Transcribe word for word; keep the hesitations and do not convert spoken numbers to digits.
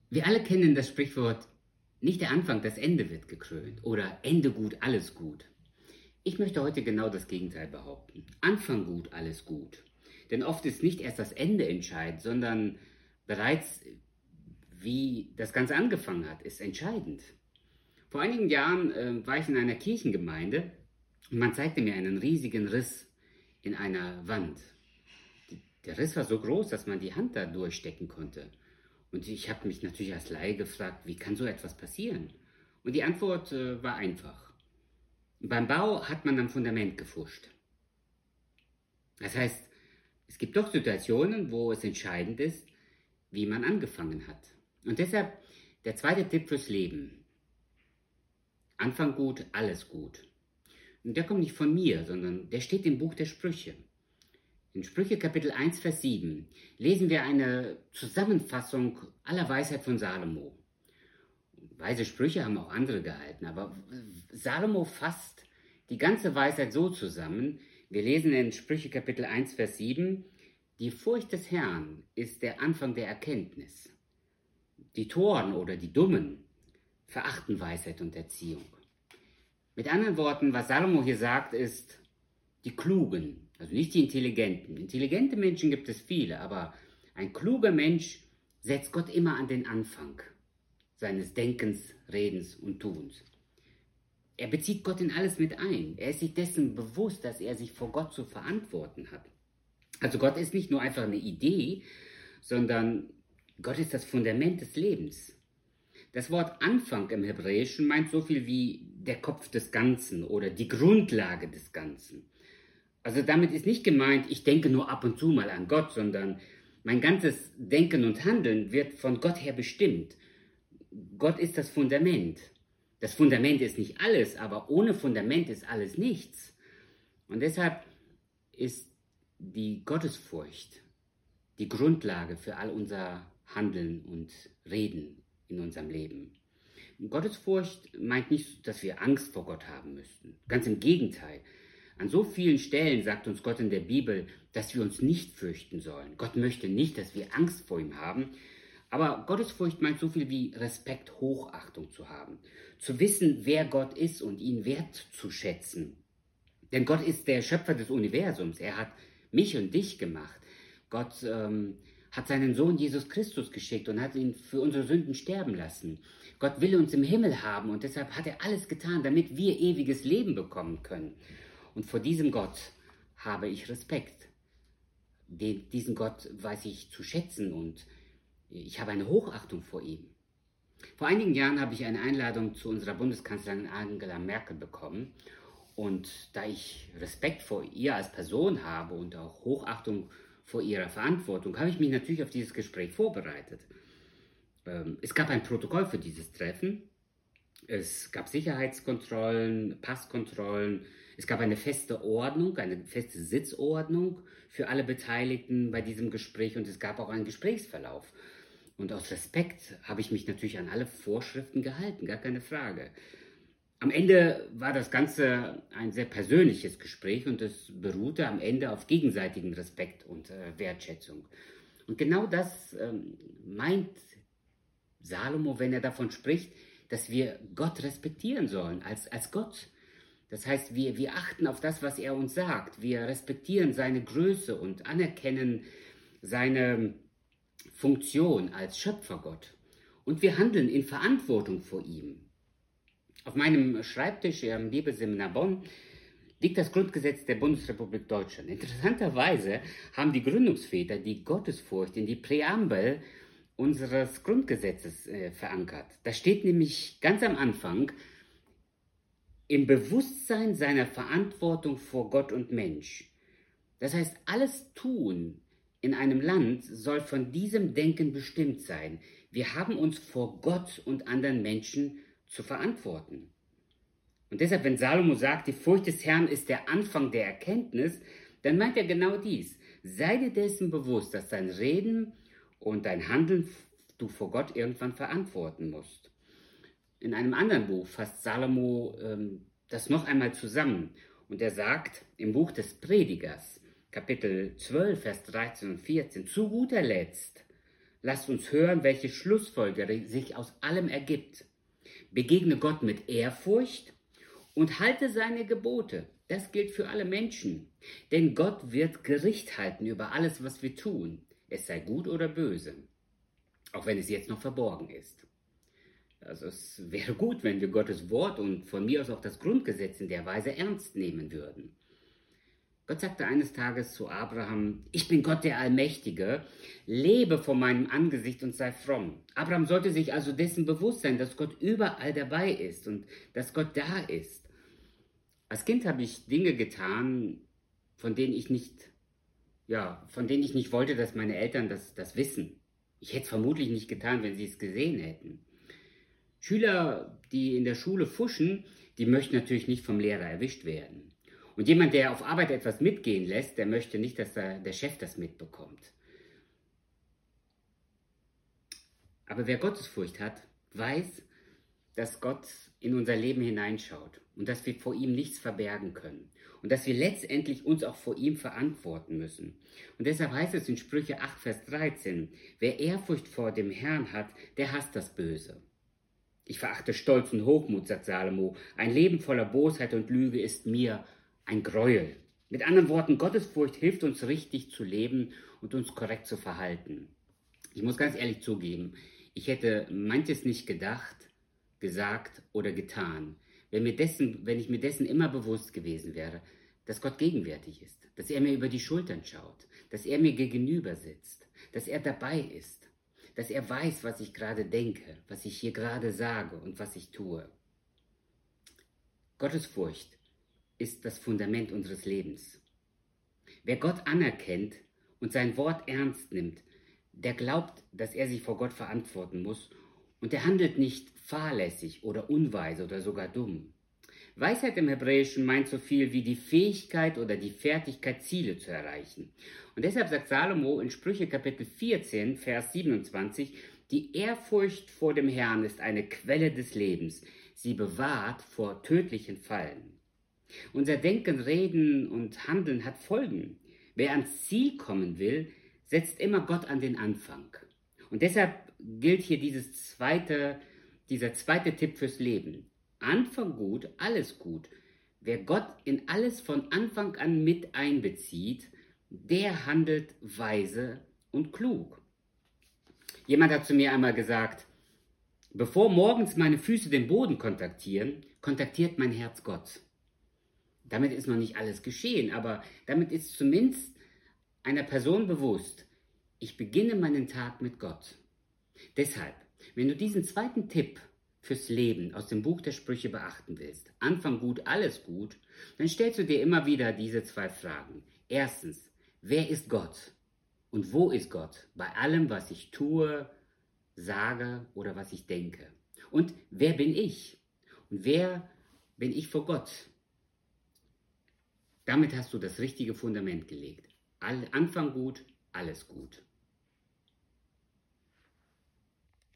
Wir alle kennen das Sprichwort, nicht der Anfang, das Ende wird gekrönt oder Ende gut, alles gut. Ich möchte heute genau das Gegenteil behaupten. Anfang gut, alles gut. Denn oft ist nicht erst das Ende entscheidend, sondern bereits wie das Ganze angefangen hat, ist entscheidend. Vor einigen Jahren äh, war ich in einer Kirchengemeinde und man zeigte mir einen riesigen Riss in einer Wand. Die, der Riss war so groß, dass man die Hand da durchstecken konnte. Und ich habe mich natürlich als Laie gefragt, wie kann so etwas passieren? Und die Antwort äh, war einfach. Beim Bau hat man am Fundament gefuscht. Das heißt, es gibt doch Situationen, wo es entscheidend ist, wie man angefangen hat. Und deshalb der zweite Tipp fürs Leben. Anfang gut, alles gut. Und der kommt nicht von mir, sondern der steht im Buch der Sprüche. In Sprüche Kapitel eins, Vers sieben lesen wir eine Zusammenfassung aller Weisheit von Salomo. Weise Sprüche haben auch andere gehalten, aber Salomo fasst die ganze Weisheit so zusammen. Wir lesen in Sprüche Kapitel eins, Vers sieben, die Furcht des Herrn ist der Anfang der Erkenntnis. Die Toren oder die Dummen verachten Weisheit und Erziehung. Mit anderen Worten, was Salomo hier sagt, ist, die Klugen, also nicht die Intelligenten. Intelligente Menschen gibt es viele, aber ein kluger Mensch setzt Gott immer an den Anfang seines Denkens, Redens und Tuns. Er bezieht Gott in alles mit ein. Er ist sich dessen bewusst, dass er sich vor Gott zu verantworten hat. Also Gott ist nicht nur einfach eine Idee, sondern Gott ist das Fundament des Lebens. Das Wort Anfang im Hebräischen meint so viel wie der Kopf des Ganzen oder die Grundlage des Ganzen. Also damit ist nicht gemeint, ich denke nur ab und zu mal an Gott, sondern mein ganzes Denken und Handeln wird von Gott her bestimmt. Gott ist das Fundament. Das Fundament ist nicht alles, aber ohne Fundament ist alles nichts. Und deshalb ist die Gottesfurcht die Grundlage für all unser Handeln und Reden in unserem Leben. Gottesfurcht meint nicht, dass wir Angst vor Gott haben müssten. Ganz im Gegenteil. An so vielen Stellen sagt uns Gott in der Bibel, dass wir uns nicht fürchten sollen. Gott möchte nicht, dass wir Angst vor ihm haben. Aber Gottesfurcht meint so viel wie Respekt, Hochachtung zu haben. Zu wissen, wer Gott ist und ihn wertzuschätzen. Denn Gott ist der Schöpfer des Universums. Er hat mich und dich gemacht. Gott ähm, hat seinen Sohn Jesus Christus geschickt und hat ihn für unsere Sünden sterben lassen. Gott will uns im Himmel haben und deshalb hat er alles getan, damit wir ewiges Leben bekommen können. Und vor diesem Gott habe ich Respekt. Den, diesen Gott weiß ich zu schätzen und ich habe eine Hochachtung vor ihm. Vor einigen Jahren habe ich eine Einladung zu unserer Bundeskanzlerin Angela Merkel bekommen. Und da ich Respekt vor ihr als Person habe und auch Hochachtung vor ihrer Verantwortung, habe ich mich natürlich auf dieses Gespräch vorbereitet. Ähm, es gab ein Protokoll für dieses Treffen. Es gab Sicherheitskontrollen, Passkontrollen. Es gab eine feste Ordnung, eine feste Sitzordnung für alle Beteiligten bei diesem Gespräch und es gab auch einen Gesprächsverlauf. Und aus Respekt habe ich mich natürlich an alle Vorschriften gehalten, gar keine Frage. Am Ende war das Ganze ein sehr persönliches Gespräch und es beruhte am Ende auf gegenseitigem Respekt und äh, Wertschätzung. Und genau das ähm, meint Salomo, wenn er davon spricht, dass wir Gott respektieren sollen, als, als Gott. Das heißt, wir, wir achten auf das, was er uns sagt. Wir respektieren seine Größe und anerkennen seine Funktion als Schöpfergott. Und wir handeln in Verantwortung vor ihm. Auf meinem Schreibtisch im Bibelseminar Bonn liegt das Grundgesetz der Bundesrepublik Deutschland. Interessanterweise haben die Gründungsväter die Gottesfurcht in die Präambel unseres Grundgesetzes äh, verankert. Da steht nämlich ganz am Anfang, im Bewusstsein seiner Verantwortung vor Gott und Mensch. Das heißt, alles Tun in einem Land soll von diesem Denken bestimmt sein. Wir haben uns vor Gott und anderen Menschen zu verantworten. Und deshalb, wenn Salomo sagt, die Furcht des Herrn ist der Anfang der Erkenntnis, dann meint er genau dies. Sei dir dessen bewusst, dass dein Reden und dein Handeln du vor Gott irgendwann verantworten musst. In einem anderen Buch fasst Salomo ähm, das noch einmal zusammen und er sagt im Buch des Predigers, Kapitel zwölf, Vers dreizehn und vierzehn, zu guter Letzt, lasst uns hören, welche Schlussfolgerung sich aus allem ergibt. Begegne Gott mit Ehrfurcht und halte seine Gebote. Das gilt für alle Menschen. Denn Gott wird Gericht halten über alles, was wir tun, es sei gut oder böse, auch wenn es jetzt noch verborgen ist. Also es wäre gut, wenn wir Gottes Wort und von mir aus auch das Grundgesetz in der Weise ernst nehmen würden. Gott sagte eines Tages zu Abraham, ich bin Gott der Allmächtige, lebe vor meinem Angesicht und sei fromm. Abraham sollte sich also dessen bewusst sein, dass Gott überall dabei ist und dass Gott da ist. Als Kind habe ich Dinge getan, von denen ich nicht, ja, von denen ich nicht wollte, dass meine Eltern das, das wissen. Ich hätte es vermutlich nicht getan, wenn sie es gesehen hätten. Schüler, die in der Schule fuschen, die möchten natürlich nicht vom Lehrer erwischt werden. Und jemand, der auf Arbeit etwas mitgehen lässt, der möchte nicht, dass der, der Chef das mitbekommt. Aber wer Gottesfurcht hat, weiß, dass Gott in unser Leben hineinschaut und dass wir vor ihm nichts verbergen können und dass wir letztendlich uns auch vor ihm verantworten müssen. Und deshalb heißt es in Sprüche acht, Vers dreizehn, wer Ehrfurcht vor dem Herrn hat, der hasst das Böse. Ich verachte Stolz und Hochmut, sagt Salomo. Ein Leben voller Bosheit und Lüge ist mir ein Gräuel. Mit anderen Worten, Gottesfurcht hilft uns richtig zu leben und uns korrekt zu verhalten. Ich muss ganz ehrlich zugeben, ich hätte manches nicht gedacht, gesagt oder getan, wenn, mir dessen, wenn ich mir dessen immer bewusst gewesen wäre, dass Gott gegenwärtig ist, dass er mir über die Schultern schaut, dass er mir gegenüber sitzt, dass er dabei ist, dass er weiß, was ich gerade denke, was ich hier gerade sage und was ich tue. Gottesfurcht ist das Fundament unseres Lebens. Wer Gott anerkennt und sein Wort ernst nimmt, der glaubt, dass er sich vor Gott verantworten muss und der handelt nicht fahrlässig oder unweise oder sogar dumm. Weisheit im Hebräischen meint so viel wie die Fähigkeit oder die Fertigkeit, Ziele zu erreichen. Und deshalb sagt Salomo in Sprüche Kapitel vierzehn, Vers siebenundzwanzig, die Ehrfurcht vor dem Herrn ist eine Quelle des Lebens. Sie bewahrt vor tödlichen Fallen. Unser Denken, Reden und Handeln hat Folgen. Wer ans Ziel kommen will, setzt immer Gott an den Anfang. Und deshalb gilt hier dieses zweite, dieser zweite Tipp fürs Leben. Anfang gut, alles gut. Wer Gott in alles von Anfang an mit einbezieht, der handelt weise und klug. Jemand hat zu mir einmal gesagt, bevor morgens meine Füße den Boden kontaktieren, kontaktiert mein Herz Gott. Damit ist noch nicht alles geschehen, aber damit ist zumindest einer Person bewusst, ich beginne meinen Tag mit Gott. Deshalb, wenn du diesen zweiten Tipp fürs Leben aus dem Buch der Sprüche beachten willst, Anfang gut, alles gut, dann stellst du dir immer wieder diese zwei Fragen. Erstens, wer ist Gott? Und wo ist Gott bei allem, was ich tue, sage oder was ich denke? Und wer bin ich? Und wer bin ich vor Gott? Damit hast du das richtige Fundament gelegt. Anfang gut, alles gut.